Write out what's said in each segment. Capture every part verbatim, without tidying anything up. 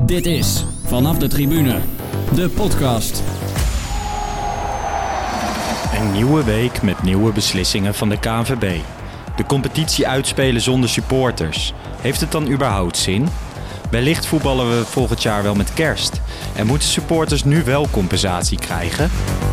Dit is Vanaf de Tribune, de podcast. Een nieuwe week met nieuwe beslissingen van de K N V B. De competitie uitspelen zonder supporters. Heeft het dan überhaupt zin? Wellicht voetballen we volgend jaar wel met kerst. En moeten supporters nu wel compensatie krijgen?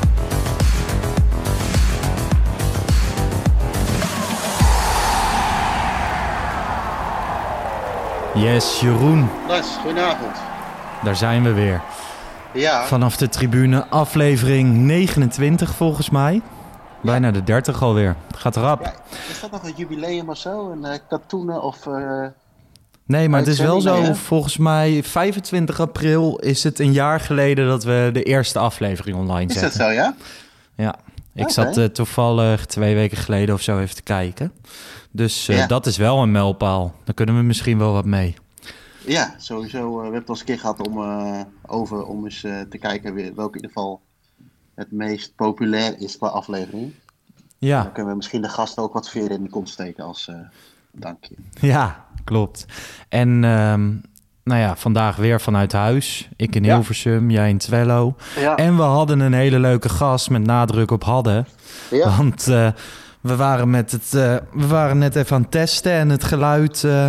Yes, Jeroen. Lars, goedenavond. Daar zijn we weer. Ja. Vanaf de Tribune, aflevering negenentwintig volgens mij. Bijna de dertig alweer. Het gaat rap. Ja, is dat nog een jubileum of zo? Een uh, katoenen of... Uh... Nee, maar het is wel zo. Nee, volgens mij vijfentwintig april is het een jaar geleden dat we de eerste aflevering online is zetten. Is dat zo, ja? Ja. Ik okay. zat uh, toevallig twee weken geleden of zo even te kijken. Dus uh, ja. dat is wel een mijlpaal. Daar kunnen we misschien wel wat mee. Ja, sowieso. Uh, we hebben het al eens een keer gehad om, uh, over om eens uh, te kijken welke in ieder geval het meest populair is qua aflevering. Ja. Dan kunnen we misschien de gasten ook wat veren in de kont steken als uh, dankje. Ja, klopt. En um, nou ja, vandaag weer vanuit huis. Ik in Hilversum, ja. jij in Twello. Ja. En we hadden een hele leuke gast met nadruk op hadden. Ja. Want uh, we, waren met het, uh, we waren net even aan het testen en het geluid uh,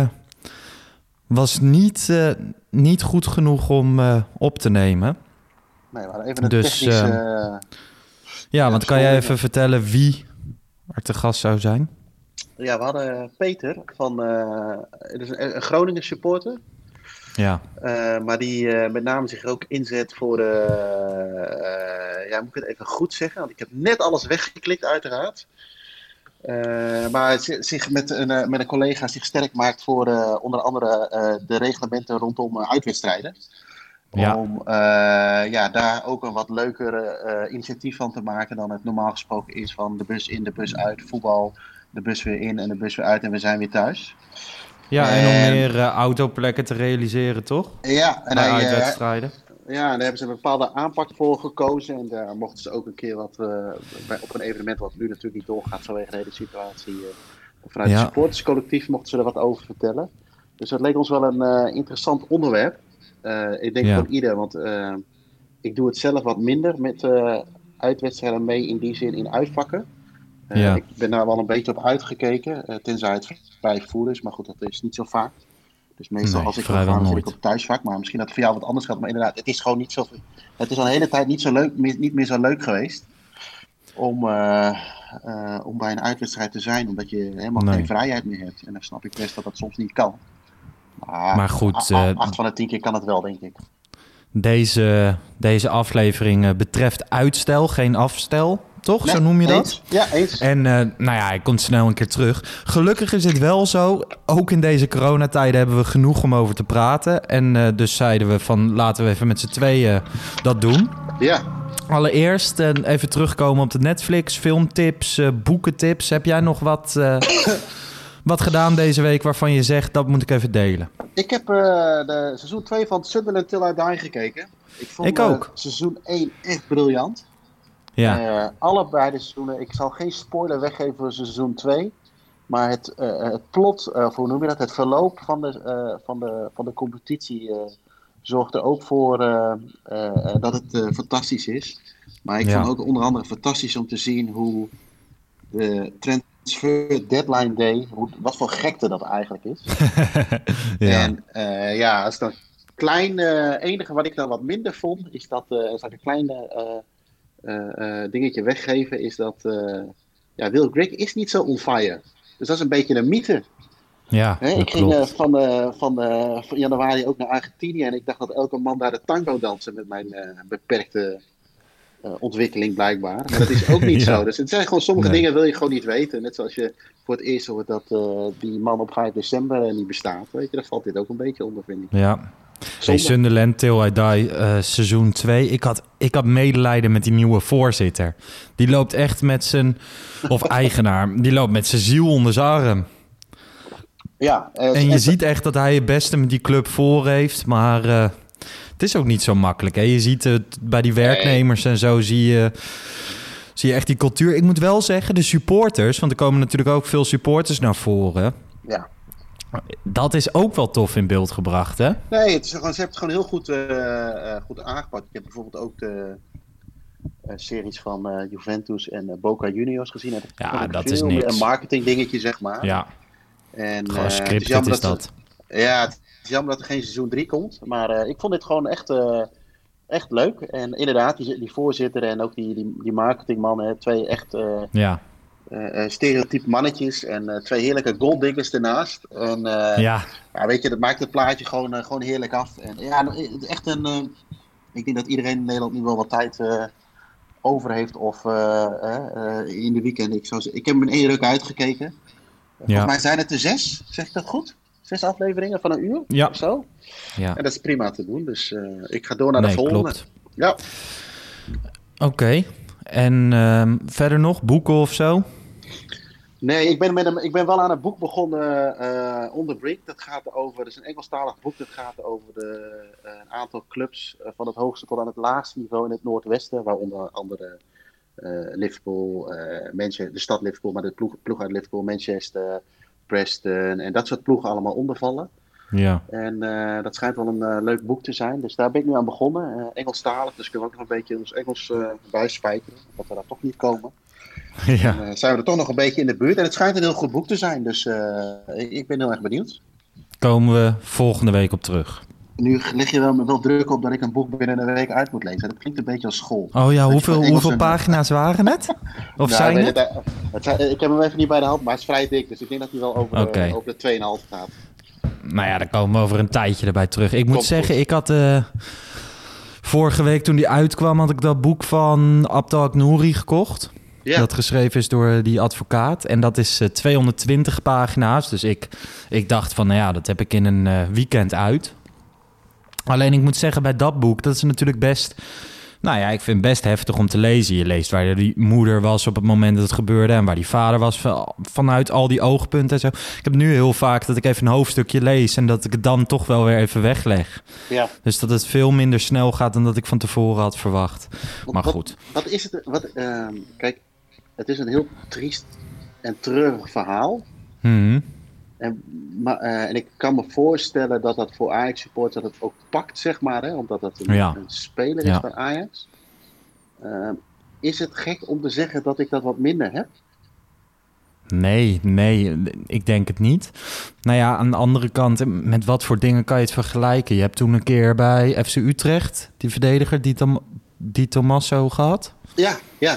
was niet, uh, niet goed genoeg om uh, op te nemen. Nee, we hadden even een dus, technische... Uh, ja, want kan jij even vertellen wie er te gast zou zijn? Ja, we hadden Peter van uh, dus een, een Groningen supporter. Ja. Uh, maar die uh, met name zich ook inzet voor de... Uh, ja, moet ik het even goed zeggen? Want ik heb net alles weggeklikt, uiteraard. Uh, maar zich met een, uh, met een collega zich sterk maakt voor uh, onder andere uh, de reglementen rondom uh, uitwedstrijden. Ja. Om uh, ja, daar ook een wat leukere uh, initiatief van te maken dan het normaal gesproken is van de bus in, de bus uit, voetbal, de bus weer in en de bus weer uit en we zijn weer thuis. Ja, en, en om meer uh, autoplekken te realiseren, toch? Ja, en bij hij, uitwedstrijden. Uh, ja, en daar hebben ze een bepaalde aanpak voor gekozen. En daar mochten ze ook een keer wat uh, bij, op een evenement wat nu natuurlijk niet doorgaat vanwege de hele situatie. Uh, vanuit ja. het supporterscollectief mochten ze er wat over vertellen. Dus dat leek ons wel een uh, interessant onderwerp. Uh, ik denk ja. voor ieder, want uh, ik doe het zelf wat minder met uh, uitwedstrijden mee in die zin in uitvakken. Uh, ja. Ik ben daar wel een beetje op uitgekeken, uh, tenzij het vrij voer is, maar goed, dat is niet zo vaak. Dus meestal nee, als ik ga, dan zit ik op thuisvak, maar misschien dat het voor jou wat anders gaat. Maar inderdaad, het is gewoon niet zo. Het is al een hele tijd niet, zo leuk, niet meer zo leuk geweest om, uh, uh, om bij een uitwedstrijd te zijn, omdat je helemaal nee. geen vrijheid meer hebt. En dan snap ik best dat dat soms niet kan. Maar, maar goed, a- a- acht van de tien keer kan het wel, denk ik. Deze, deze aflevering betreft uitstel, geen afstel. Toch? Nee, zo noem je dat? Eens. Ja, eens. En uh, nou ja, ik kom snel een keer terug. Gelukkig is het wel zo. Ook in deze coronatijden hebben we genoeg om over te praten. En uh, dus zeiden we van laten we even met z'n tweeën dat doen. Ja. Allereerst uh, even terugkomen op de Netflix, filmtips, uh, boekentips. Heb jij nog wat, uh, wat gedaan deze week waarvan je zegt dat moet ik even delen? Ik heb uh, de seizoen twee van Sunderland Till I Die gekeken. Ik vond ik ook. Uh, seizoen één echt briljant. Ja. Uh, allebei de seizoenen, ik zal geen spoiler weggeven voor seizoen twee. Maar het, uh, het plot, uh, hoe noem je dat, het verloop van de, uh, van de, van de competitie uh, zorgt er ook voor uh, uh, dat het uh, fantastisch is. Maar ik ja. vond ook onder andere fantastisch om te zien hoe de transfer deadline day, hoe, wat voor gekte dat eigenlijk is. ja. En uh, ja, als dat klein, uh, enige wat ik dan wat minder vond, is dat, uh, als ik een kleine... Uh, Uh, uh, dingetje weggeven is dat uh, ja, Will Grigg is niet zo on fire. Dus dat is een beetje een mythe. Ja, He, ik ging uh, van, uh, van, uh, van januari ook naar Argentinië en ik dacht dat elke man daar de tango dansen met mijn uh, beperkte uh, ontwikkeling blijkbaar. Maar dat is ook niet ja. zo. Dus het zijn gewoon sommige nee. dingen wil je gewoon niet weten. Net zoals je voor het eerst hoort dat uh, die man op vijf december niet bestaat. Weet je, daar valt dit ook een beetje onder, vind ik. Ja. Hey, Sunderland Till I Die, uh, seizoen twee. Ik had, ik had medelijden met die nieuwe voorzitter. Die loopt echt met zijn... Of eigenaar. Die loopt met zijn ziel onder zijn arm. Ja. Uh, en je ziet echt dat hij het beste met die club voor heeft. Maar uh, het is ook niet zo makkelijk. Hè? Je ziet het bij die werknemers en zo zie je... Zie je echt die cultuur. Ik moet wel zeggen, de supporters... Want er komen natuurlijk ook veel supporters naar voren. Ja. Dat is ook wel tof in beeld gebracht, hè? Nee, het is gewoon, ze hebben het gewoon heel goed, uh, uh, goed aangepakt. Ik heb bijvoorbeeld ook de uh, series van uh, Juventus en uh, Boca Juniors gezien. Dat ja, dat veel is niks. Een marketing dingetje, zeg maar. Ja, en, gewoon uh, scripted het is, is dat. Ze, ja, het is jammer dat er geen seizoen drie komt. Maar uh, ik vond dit gewoon echt, uh, echt leuk. En inderdaad, die, die voorzitter en ook die, die, die marketingmannen, twee echt... Uh, ja. Uh, stereotype mannetjes en uh, twee heerlijke golddiggers ernaast. En uh, ja. ja, weet je, dat maakt het plaatje gewoon, uh, gewoon heerlijk af. En ja, echt een. Uh, ik denk dat iedereen in Nederland nu wel wat tijd uh, over heeft. Of uh, uh, in de weekend. Ik, zou z- ik heb hem in één ruk uitgekeken. Ja. Volgens mij zijn het er zes, zeg ik dat goed? Zes afleveringen van een uur ja. of zo. Ja. En dat is prima te doen. Dus uh, ik ga door naar de nee, volgende. Klopt. Ja. Oké. Okay. En uh, verder nog boeken of zo? Nee, ik ben, met een, ik ben wel aan een boek begonnen, uh, On the Brink. Dat gaat over, het is een Engelstalig boek, dat gaat over de, uh, een aantal clubs uh, van het hoogste tot aan het laagste niveau in het Noordwesten. Waaronder andere uh, Liverpool, uh, Manchester, de stad Liverpool, maar de ploeg, ploeg uit Liverpool, Manchester, Preston en dat soort ploegen allemaal ondervallen. Ja. En uh, dat schijnt wel een uh, leuk boek te zijn, dus daar ben ik nu aan begonnen. Uh, Engelstalig, dus ik wil ook nog een beetje ons Engels uh, bijspijkeren, dat we daar toch niet komen. Ja. En, uh, zijn we er toch nog een beetje in de buurt. En het schijnt een heel goed boek te zijn. Dus uh, ik ben heel erg benieuwd. Komen we volgende week op terug. Nu leg je wel, wel druk op dat ik een boek binnen een week uit moet lezen. Dat klinkt een beetje als school. Oh ja, hoeveel, Engels hoeveel en... pagina's waren het? Of nou, zijn het? het, het, het? Ik heb hem even niet bij de hand, maar het is vrij dik. Dus ik denk dat hij wel over, okay. de, over de twee komma vijf gaat. Nou ja, dan komen we over een tijdje erbij terug. Ik moet Komt zeggen, goed. ik had... Uh, vorige week toen die uitkwam, had ik dat boek van Abdel Nouri gekocht. Ja. Dat geschreven is door die advocaat. En dat is uh, tweehonderdtwintig pagina's. Dus ik, ik dacht van, nou ja, dat heb ik in een uh, weekend uit. Alleen ik moet zeggen, bij dat boek, dat is natuurlijk best... Nou ja, ik vind het best heftig om te lezen. Je leest waar die moeder was op het moment dat het gebeurde... en waar die vader was vanuit al die oogpunten en zo. Ik heb nu heel vaak dat ik even een hoofdstukje lees... en dat ik het dan toch wel weer even wegleg. Ja. Dus dat het veel minder snel gaat dan dat ik van tevoren had verwacht. Maar wat, goed. Wat is het? Wat, uh, kijk, het is een heel triest en treurig verhaal. Hmm. En, maar, uh, en ik kan me voorstellen dat dat voor Ajax-supporters dat het ook pakt, zeg maar. Hè, omdat dat een, ja. een speler is ja. bij Ajax. Uh, is het gek om te zeggen dat ik dat wat minder heb? Nee, nee, ik denk het niet. Nou ja, aan de andere kant, met wat voor dingen kan je het vergelijken? Je hebt toen een keer bij F C Utrecht, die verdediger, die, Tom, die Tommaso gehad. Ja, ja.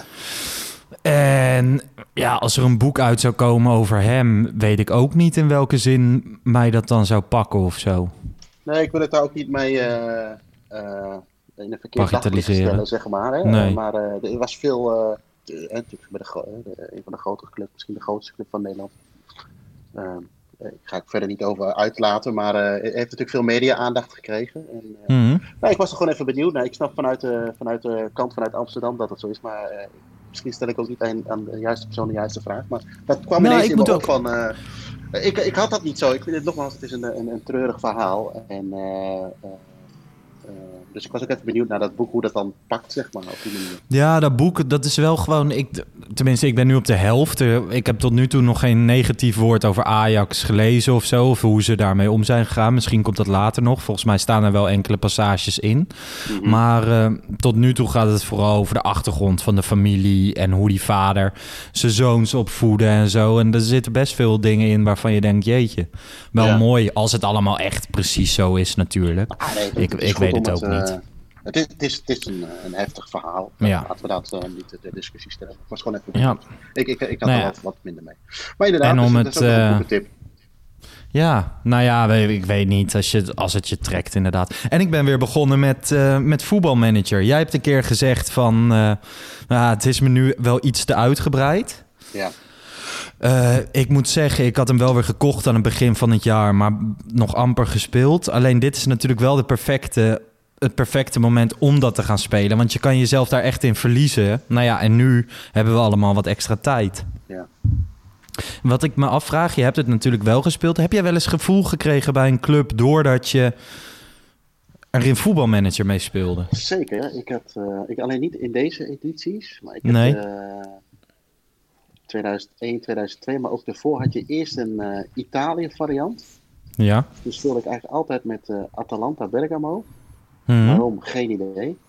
En ja, als er een boek uit zou komen over hem... weet ik ook niet in welke zin mij dat dan zou pakken of zo. Nee, ik wil het daar ook niet mee uh, uh, in een verkeerd daglicht stellen, zeg maar. Hè? Nee. Uh, maar uh, er was veel... Uh, de, natuurlijk bij de, de, een van de grotere clubs, misschien de grootste club van Nederland. Uh, ik ga het verder niet over uitlaten, maar uh, heeft natuurlijk veel media-aandacht gekregen. En, uh, mm-hmm. nou, ik was er gewoon even benieuwd. Nou, ik snap vanuit de, vanuit de kant vanuit Amsterdam dat het zo is, maar... Uh, Misschien stel ik ook niet aan, aan de juiste persoon de juiste vraag. Maar dat kwam nou, ineens in me ook op van... Uh, ik, ik had dat niet zo. Ik vind het nogmaals, het is een, een, een treurig verhaal. En, uh, uh, uh, dus ik was ook even benieuwd naar dat boek, hoe dat dan pakt, zeg maar, op die manier. Ja, dat boek, dat is wel gewoon... Ik, tenminste, ik ben nu op de helft. Ik heb tot nu toe nog geen negatief woord over Ajax gelezen of zo. Of hoe ze daarmee om zijn gegaan. Misschien komt dat later nog. Volgens mij staan er wel enkele passages in. Mm-hmm. Maar uh, tot nu toe gaat het vooral over de achtergrond van de familie... en hoe die vader zijn zoons opvoedde en zo. En er zitten best veel dingen in waarvan je denkt... jeetje, wel ja. mooi als het allemaal echt precies zo is natuurlijk. Ah, nee, ik ik weet het ook het, niet. Uh, het is, het is, het is een, een heftig verhaal. Ja. Laten we dat uh, niet de discussie stellen. Ik was gewoon even ja. Ik, ik, ik had nou er ja. wat, wat minder mee. Maar inderdaad, en om dus, het, dat is ook uh, een goede tip. Ja, nou ja, ik weet niet als, je, als het je trekt inderdaad. En ik ben weer begonnen met, uh, met voetbalmanager. Jij hebt een keer gezegd van... Uh, nou, het is me nu wel iets te uitgebreid. Ja. Uh, ik moet zeggen, ik had hem wel weer gekocht aan het begin van het jaar... maar nog amper gespeeld. Alleen dit is natuurlijk wel de perfecte, het perfecte moment om dat te gaan spelen. Want je kan jezelf daar echt in verliezen. Nou ja, en nu hebben we allemaal wat extra tijd. Ja. Wat ik me afvraag, je hebt het natuurlijk wel gespeeld. Heb jij wel eens gevoel gekregen bij een club... doordat je er in voetbalmanager mee speelde? Zeker. Ik had, uh, ik, alleen niet in deze edities. Maar ik heb, nee. Uh, tweeduizend één, tweeduizend twee, maar ook daarvoor had je eerst een uh, Italië variant. Ja. Dus speelde ik eigenlijk altijd met uh, Atalanta Bergamo. Mm-hmm. Waarom? Geen idee.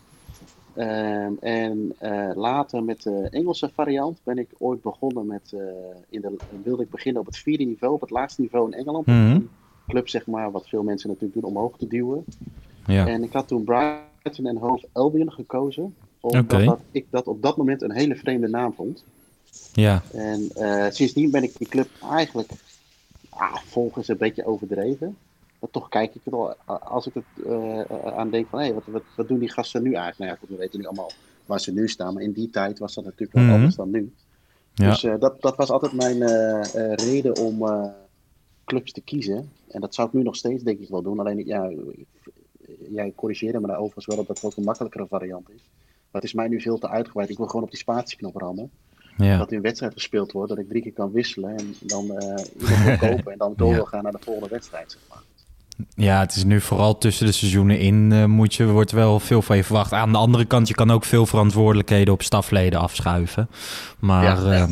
Um, en uh, later met de Engelse variant ben ik ooit begonnen met, uh, in de, wilde ik beginnen op het vierde niveau, op het laatste niveau in Engeland. Mm-hmm. Een club, zeg maar, wat veel mensen natuurlijk doen, omhoog te duwen. Ja. En ik had toen Brighton en Hove Albion gekozen, omdat okay. dat, ik dat op dat moment een hele vreemde naam vond. Ja. En uh, sindsdien ben ik die club eigenlijk, ah, volgen is een beetje overdreven. Maar toch kijk ik het al, als ik het uh, aan denk van, hé, hey, wat, wat, wat doen die gasten nu eigenlijk? Nou ja, goed, we weten nu allemaal waar ze nu staan, maar in die tijd was dat natuurlijk wel mm-hmm. anders dan nu. Ja. Dus uh, dat, dat was altijd mijn uh, uh, reden om uh, clubs te kiezen. En dat zou ik nu nog steeds denk ik wel doen. Alleen, ja, jij corrigeerde me daar overigens wel dat dat ook een makkelijkere variant is. Maar het is mij nu veel te uitgebreid. Ik wil gewoon op die spatieknop rammen. Ja. Dat in een wedstrijd gespeeld wordt, dat ik drie keer kan wisselen en dan uh, iemand wil kopen en dan door wil gaan naar de volgende wedstrijd, zeg maar. Ja, het is nu vooral tussen de seizoenen in uh, moet je, wordt wel veel van je verwacht. Aan de andere kant, je kan ook veel verantwoordelijkheden op stafleden afschuiven. Maar ja,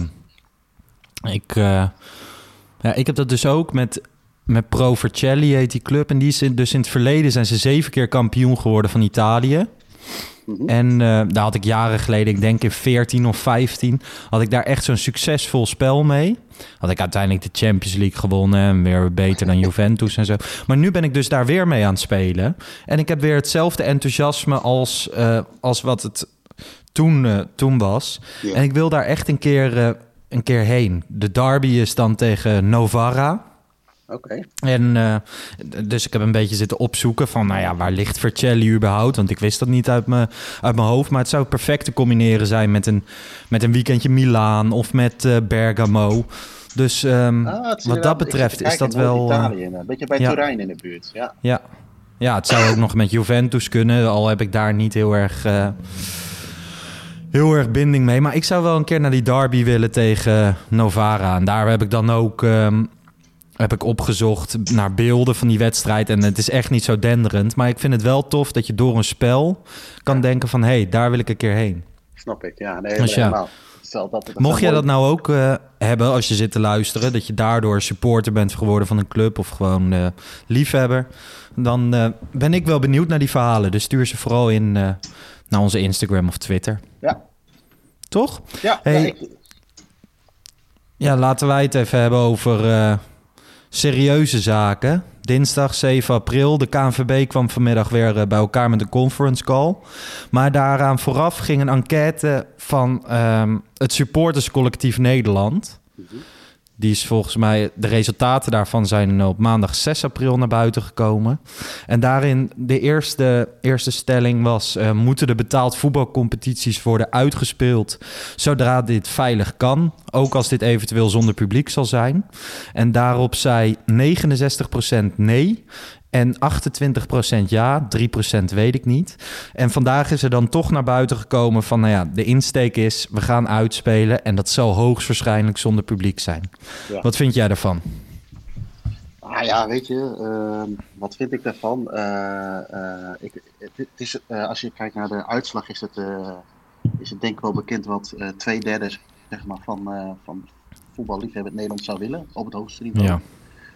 uh, ik, uh, ja, ik heb dat dus ook met, met Pro Vercelli heet die club. En die is in, dus in het verleden zijn ze zeven keer kampioen geworden van Italië. Mm-hmm. En uh, daar had ik jaren geleden, ik denk in veertien of vijftien, had ik daar echt zo'n succesvol spel mee. Had ik uiteindelijk de Champions League gewonnen en weer beter dan Juventus en zo. Maar nu ben ik dus daar weer mee aan het spelen. En ik heb weer hetzelfde enthousiasme als, uh, als wat het toen, uh, toen was. Ja. En ik wil daar echt een keer, uh, een keer heen. De derby is dan tegen Novara. Oké. Okay. En uh, dus ik heb een beetje zitten opzoeken van, nou ja, waar ligt Vercelli überhaupt? Want ik wist dat niet uit mijn, uit mijn hoofd. Maar het zou perfect te combineren zijn met een, met een weekendje Milaan of met uh, Bergamo. Dus um, ah, wat dat betreft is dat wel... Italië, een beetje bij ja. Turijn in de buurt, ja. ja. Ja, het zou ook nog met Juventus kunnen. Al heb ik daar niet heel erg... Uh, heel erg binding mee. Maar ik zou wel een keer naar die derby willen tegen Novara. En daar heb ik dan ook... Um, heb ik opgezocht naar beelden van die wedstrijd. En het is echt niet zo denderend. Maar ik vind het wel tof dat je door een spel kan ja. denken van... hé, hey, daar wil ik een keer heen. Snap ik, ja. Nee, dus helemaal. Ja. Dat, dat Mocht jij dat nou ook uh, hebben als je zit te luisteren... dat je daardoor supporter bent geworden van een club... of gewoon uh, liefhebber... dan uh, ben ik wel benieuwd naar die verhalen. Dus stuur ze vooral in uh, naar onze Instagram of Twitter. Ja. Toch? Ja. Hey, ja, ik... ja, laten wij het even hebben over... Uh, serieuze zaken. Dinsdag zeven april. De K N V B kwam vanmiddag weer bij elkaar met een conference call. Maar daaraan vooraf ging een enquête van um, het supporterscollectief Nederland. Mm-hmm. Die is volgens mij... De resultaten daarvan zijn op maandag zes april naar buiten gekomen. En daarin de eerste, eerste stelling was... Uh, moeten de betaald voetbalcompetities worden uitgespeeld... zodra dit veilig kan. Ook als dit eventueel zonder publiek zal zijn. En daarop zei negenenzestig procent nee... En achtentwintig procent ja, drie procent weet ik niet. En vandaag is er dan toch naar buiten gekomen van... nou ja, de insteek is, we gaan uitspelen... en dat zal hoogstwaarschijnlijk zonder publiek zijn. Ja. Wat vind jij daarvan? Ah ja, weet je, uh, wat vind ik daarvan? Uh, uh, ik, het, het is, uh, als je kijkt naar de uitslag is het, uh, is het denk ik wel bekend... wat uh, twee derde zeg maar, van, uh, van voetballiefhebber Nederland zou willen op het hoogste niveau. Ja.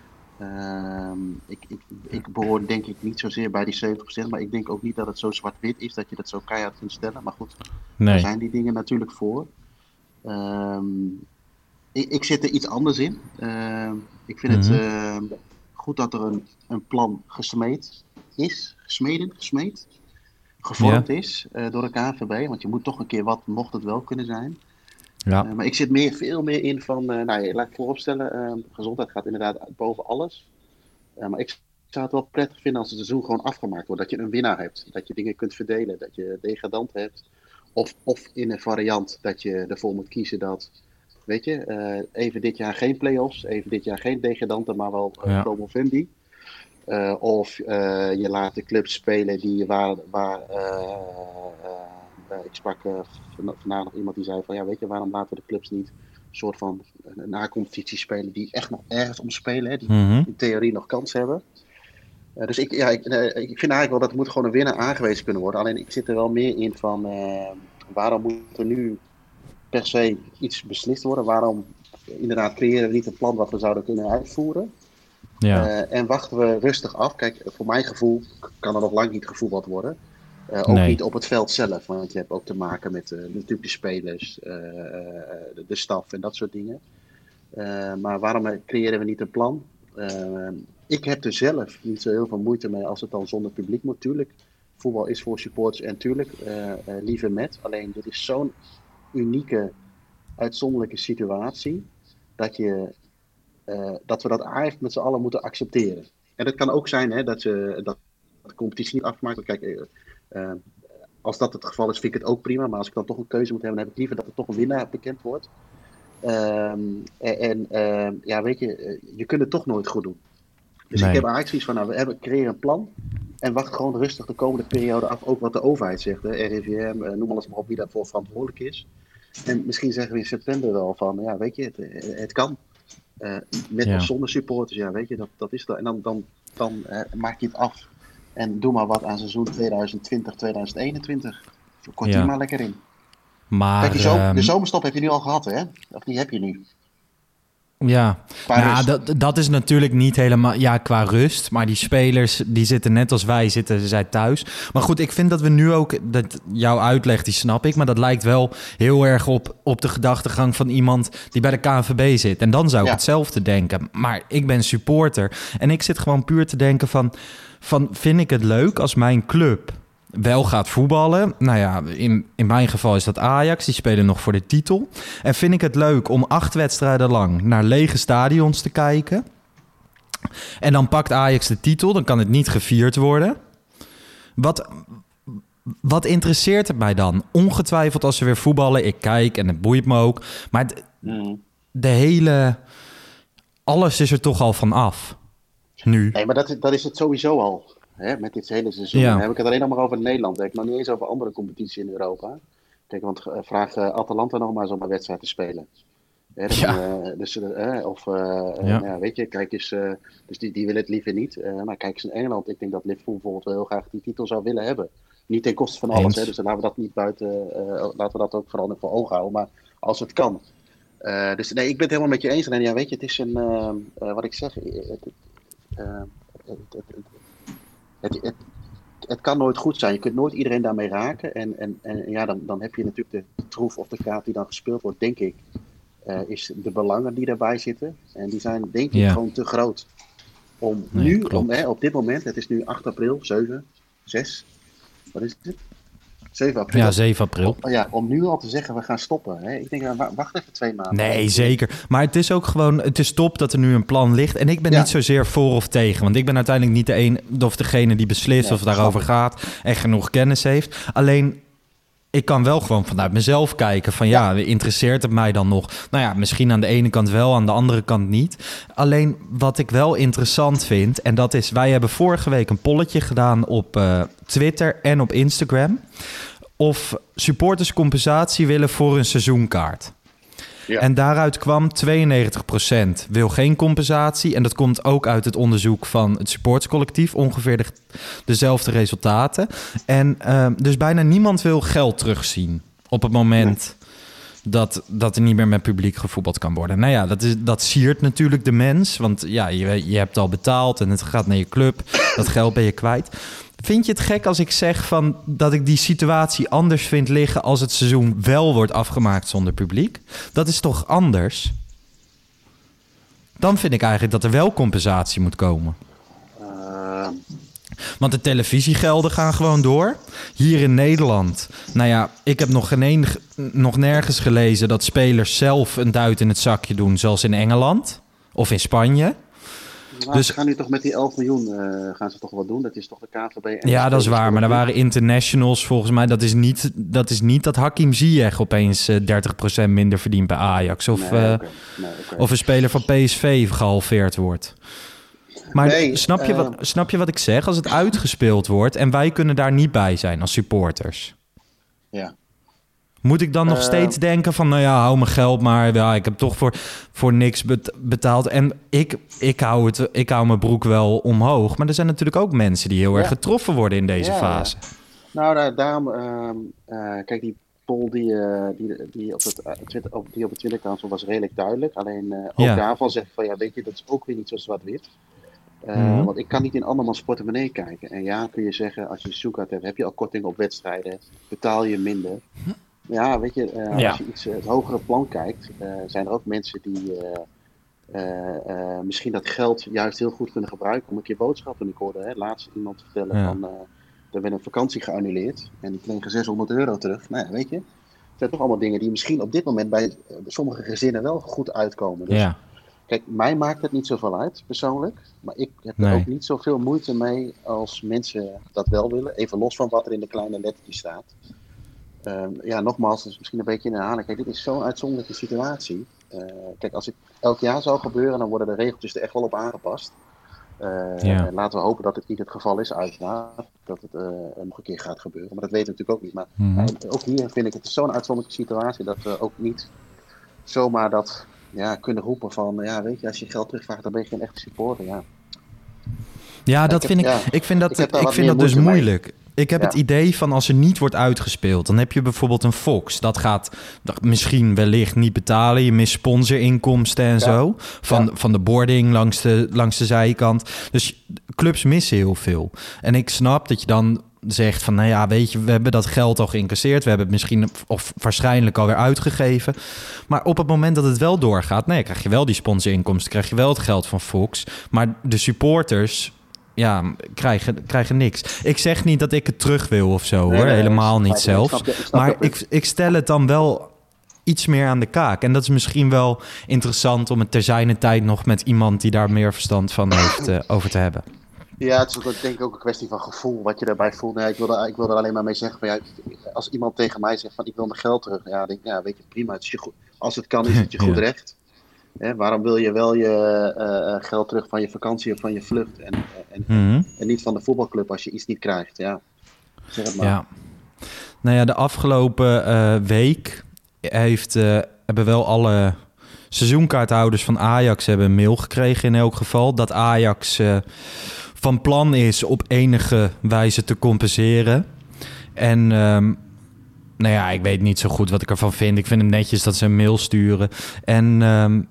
Uh, ik, ik, ik behoor denk ik niet zozeer bij die zeventig procent, maar ik denk ook niet dat het zo zwart-wit is dat je dat zo keihard kunt stellen. Maar goed, nee. Daar zijn die dingen natuurlijk voor. Uh, ik, ik zit er iets anders in. Uh, ik vind mm-hmm. het uh, goed dat er een, een plan gesmeed is, gesmeden, gesmeed, gevormd ja. is uh, door de K N V B. Want je moet toch een keer wat, mocht het wel kunnen zijn. Ja. Uh, maar ik zit meer, veel meer in van, uh, nou ja, laat ik vooropstellen, uh, gezondheid gaat inderdaad boven alles. Uh, maar ik zou het wel prettig vinden als het seizoen gewoon afgemaakt wordt. Dat je een winnaar hebt, dat je dingen kunt verdelen, dat je degradant hebt. Of, of in een variant dat je ervoor moet kiezen dat, weet je, uh, even dit jaar geen play-offs, even dit jaar geen degradanten, maar wel uh, ja. promovendi. Uh, of uh, je laat de clubs spelen die waar... waar uh, uh, Uh, ik sprak uh, vandaag nog iemand die zei van ja, weet je, waarom laten we de clubs niet een soort van een na-competitie spelen die echt nog ergens om spelen, hè, die mm-hmm. in theorie nog kans hebben. Uh, dus ik, ja, ik, uh, ik vind eigenlijk wel dat er moet gewoon een winnaar aangewezen kunnen worden. Alleen ik zit er wel meer in van uh, waarom moet er nu per se iets beslist worden? Waarom inderdaad creëren we niet een plan wat we zouden kunnen uitvoeren? Ja. Uh, en wachten we rustig af. Kijk, voor mijn gevoel kan er nog lang niet gevoetbald worden. Uh, ook nee. niet op het veld zelf. Want je hebt ook te maken met uh, natuurlijk de spelers, uh, uh, de, de staf en dat soort dingen. Uh, maar waarom creëren we niet een plan? Uh, ik heb er zelf niet zo heel veel moeite mee als het dan zonder publiek moet. Tuurlijk, voetbal is voor supporters en tuurlijk uh, uh, liever met. Alleen dit is zo'n unieke, uitzonderlijke situatie dat, je, uh, dat we dat eigenlijk met z'n allen moeten accepteren. En dat kan ook zijn hè, dat, je, dat de competitie niet afgemaakt wordt. Kijk, uh, uh, als dat het geval is, vind ik het ook prima. Maar als ik dan toch een keuze moet hebben, dan heb ik liever dat er toch een winnaar bekend wordt. Um, en uh, ja, weet je, je kunt het toch nooit goed doen. Dus nee. ik heb eigenlijk zoiets van, nou, we hebben, creëren een plan en wacht gewoon rustig de komende periode af, ook wat de overheid zegt, hè, R I V M, uh, noem alles maar op wie daarvoor verantwoordelijk is. En misschien zeggen we in september wel van, ja, weet je, het, het kan. Uh, met ja. of zonder supporters, ja, weet je, dat, dat is dat. En dan, dan, dan uh, maak je het af en doe maar wat aan seizoen twintig twintig twintig eenentwintig. Kort die ja. maar lekker in. Maar, Kijk, de, zo- um... de zomerstop heb je nu al gehad, hè? Of die heb je nu? Ja, nou, dat, dat is natuurlijk niet helemaal ja, qua rust. Maar die spelers, die zitten net als wij, zitten zij thuis. Maar goed, ik vind dat we nu ook, dat jouw uitleg, die snap ik. Maar dat lijkt wel heel erg op, op de gedachtegang van iemand die bij de K N V B zit. En dan zou ik ja. hetzelfde denken. Maar ik ben supporter. En ik zit gewoon puur te denken van, van vind ik het leuk als mijn club wel gaat voetballen. Nou ja, in, in mijn geval is dat Ajax. Die spelen nog voor de titel. En vind ik het leuk om acht wedstrijden lang naar lege stadions te kijken. En dan pakt Ajax de titel. Dan kan het niet gevierd worden. Wat, wat interesseert het mij dan? Ongetwijfeld als ze weer voetballen. Ik kijk en het boeit me ook. Maar de, mm. de hele... Alles is er toch al van af. Nu. Nee, maar dat, dat is het sowieso al. Hè, met dit hele seizoen. Ja. Dan heb ik het alleen nog maar over Nederland. Ik heb nog niet eens over andere competities in Europa. Kijk, want uh, vraag uh, Atalanta nog maar eens om een wedstrijd te spelen. Hè, dus, ja. uh, dus, uh, of, uh, ja. Uh, ja, weet je, kijk eens, uh, dus die, die willen het liever niet. Uh, maar kijk eens in Engeland. Ik denk dat Liverpool bijvoorbeeld wel heel graag die titel zou willen hebben. Niet ten koste van alles, hè, dus dan laten we dat niet buiten, uh, laten we dat ook vooral voor ogen houden. Maar als het kan. Uh, dus nee, ik ben het helemaal met je eens. En ja, weet je, het is een, uh, uh, wat ik zeg, het, uh, het, het, het, het Het, het, het kan nooit goed zijn. Je kunt nooit iedereen daarmee raken. En, en, en ja, dan, dan heb je natuurlijk de troef of de kaart die dan gespeeld wordt, denk ik, uh, is de belangen die daarbij zitten. En die zijn, denk ik, ja. gewoon te groot. Om nee, nu, om, hè, op dit moment, het is nu acht april, zeven, zes, wat is het? zeven april. Ja, zeven april. Om, ja, om nu al te zeggen, we gaan stoppen. Hè? Ik denk, wacht even twee maanden. Nee, zeker. Maar het is ook gewoon, het is top dat er nu een plan ligt. En ik ben ja. niet zozeer voor of tegen. Want ik ben uiteindelijk niet de een of degene die beslist ja, of daarover gaat en genoeg kennis heeft. Alleen, ik kan wel gewoon vanuit mezelf kijken van ja, ja, interesseert het mij dan nog? Nou ja, misschien aan de ene kant wel, aan de andere kant niet. Alleen wat ik wel interessant vind, en dat is, wij hebben vorige week een polletje gedaan op uh, Twitter en op Instagram. Of supporters compensatie willen voor een seizoenkaart. Ja. En daaruit kwam tweeënnegentig procent wil geen compensatie. En dat komt ook uit het onderzoek van het supporterscollectief. Ongeveer de, dezelfde resultaten. En uh, dus bijna niemand wil geld terugzien op het moment nee. dat, dat er niet meer met publiek gevoetbald kan worden. Nou ja, dat, is, dat siert natuurlijk de mens. Want ja, je, je hebt al betaald en het gaat naar je club. Dat geld ben je kwijt. Vind je het gek als ik zeg van dat ik die situatie anders vind liggen als het seizoen wel wordt afgemaakt zonder publiek? Dat is toch anders? Dan vind ik eigenlijk dat er wel compensatie moet komen. Uh... Want de televisiegelden gaan gewoon door. Hier in Nederland, nou ja, ik heb nog, geen een, nog nergens gelezen dat spelers zelf een duit in het zakje doen, zoals in Engeland of in Spanje. Nou, dus ze gaan nu toch met die elf miljoen uh, gaan ze toch wat doen? Dat is toch de K N V B? En ja, dat is waar. Maar er waren internationals volgens mij. Dat is niet dat, is niet dat Hakim Ziyech opeens uh, dertig procent minder verdient bij Ajax. Of, nee, uh, okay. nee, okay. of een speler van P S V gehalveerd wordt. Maar nee, snap, je uh, wat, snap je wat ik zeg? Als het uitgespeeld wordt en wij kunnen daar niet bij zijn als supporters. Ja. Moet ik dan nog uh, steeds denken van, nou ja, hou mijn geld maar. Ja, ik heb toch voor, voor niks betaald. En ik, ik, hou het, ik hou mijn broek wel omhoog. Maar er zijn natuurlijk ook mensen die heel ja. erg getroffen worden in deze ja, fase. Ja. Nou, daar, daarom, uh, uh, kijk, die poll die, uh, die, die op het uh, Twitter, op, die op het Twitter-kanaal was redelijk duidelijk. Alleen uh, ook ja. daarvan zeg ik van, ja, weet je, dat is ook weer niet zo zwart-wit. Uh, mm-hmm. Want ik kan niet in andermans portemonnee kijken. En ja, kun je zeggen, als je een seizoenkaart hebt, heb je al korting op wedstrijden, betaal je minder. Ja, weet je, uh, ja. als je iets uh, het hogere plan kijkt, uh, zijn er ook mensen die uh, uh, uh, misschien dat geld juist heel goed kunnen gebruiken om een keer boodschappen. Ik hoorde hè, laatst iemand vertellen ja. van, uh, er werd een vakantie geannuleerd en die kregen zeshonderd euro terug. Nou ja, weet je, het zijn toch allemaal dingen die misschien op dit moment bij uh, sommige gezinnen wel goed uitkomen. Dus, ja. Kijk, mij maakt het niet zoveel uit, persoonlijk. Maar ik heb er nee. ook niet zoveel moeite mee als mensen dat wel willen. Even los van wat er in de kleine lettertjes staat. Uh, ja, nogmaals, dat is misschien een beetje in herhaling. Kijk, dit is zo'n uitzonderlijke situatie. Uh, kijk, als het elk jaar zou gebeuren, dan worden de regeltjes er echt wel op aangepast. Uh, ja. Laten we hopen dat het niet het geval is, uiteraard. Dat het uh, nog een keer gaat gebeuren. Maar dat weten we natuurlijk ook niet. Maar mm-hmm. uh, ook hier vind ik het zo'n uitzonderlijke situatie dat we ook niet zomaar dat... Ja, kunnen roepen van, ja, weet je, als je geld terugvraagt, dan ben je geen echte supporter, ja. Ja, dat ik vind heb, ik, ja, ik vind dat, ik, ik vind dat dus moeilijk. Mee. Ik heb ja. het idee van als er niet wordt uitgespeeld, dan heb je bijvoorbeeld een Fox. Dat gaat dat misschien wellicht niet betalen. Je mist sponsorinkomsten en ja. zo. Van, ja. van de boarding langs de, langs de zijkant. Dus clubs missen heel veel. En ik snap dat je dan zegt van, nou ja, weet je, we hebben dat geld al geïncasseerd. We hebben het misschien of waarschijnlijk alweer uitgegeven. Maar op het moment dat het wel doorgaat, nee, krijg je wel die sponsorinkomsten, krijg je wel het geld van Fox. Maar de supporters, ja, krijgen, krijgen niks. Ik zeg niet dat ik het terug wil of zo, nee, hoor. Nee, Helemaal niet zelfs. Ik snap, ik snap maar ik, ik stel het dan wel iets meer aan de kaak. En dat is misschien wel interessant om het ter zijner tijd nog met iemand die daar meer verstand van heeft uh, over te hebben. Ja, het is ook, denk ik ook een kwestie van gevoel, wat je daarbij voelt. Ja, ik, wil er, ik wil er alleen maar mee zeggen, van, ja, als iemand tegen mij zegt van ik wil mijn geld terug, ja, denk, ja weet je, prima. Het is je goed, als het kan, is het je goed ja. recht. Hè, waarom wil je wel je uh, geld terug van je vakantie of van je vlucht en, en, mm-hmm. en niet van de voetbalclub als je iets niet krijgt? Ja, zeg het maar. Ja. Nou ja, de afgelopen uh, week heeft, uh, hebben wel alle seizoenkaarthouders van Ajax hebben een mail gekregen in elk geval, dat Ajax uh, van plan is op enige wijze te compenseren. En um, nou ja, ik weet niet zo goed wat ik ervan vind. Ik vind het netjes dat ze een mail sturen. En um,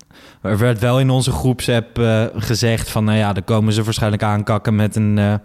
er werd wel in onze groepsapp uh, gezegd van, nou ja, dan komen ze waarschijnlijk aankakken met een uh,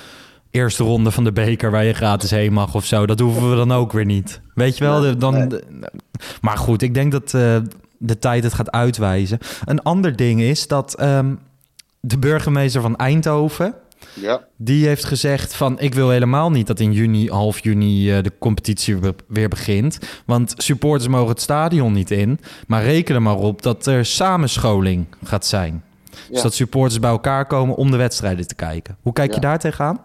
eerste ronde van de beker waar je gratis heen mag of zo. Dat hoeven we dan ook weer niet. Weet je wel? Dan, maar goed, ik denk dat uh, de tijd het gaat uitwijzen. Een ander ding is dat Um, de burgemeester van Eindhoven, ja. die heeft gezegd van, ik wil helemaal niet dat in juni, half juni uh, de competitie weer begint. Want supporters mogen het stadion niet in. Maar reken er maar op dat er samenscholing gaat zijn. Ja. Dus dat supporters bij elkaar komen om de wedstrijden te kijken. Hoe kijk ja. je daar tegenaan?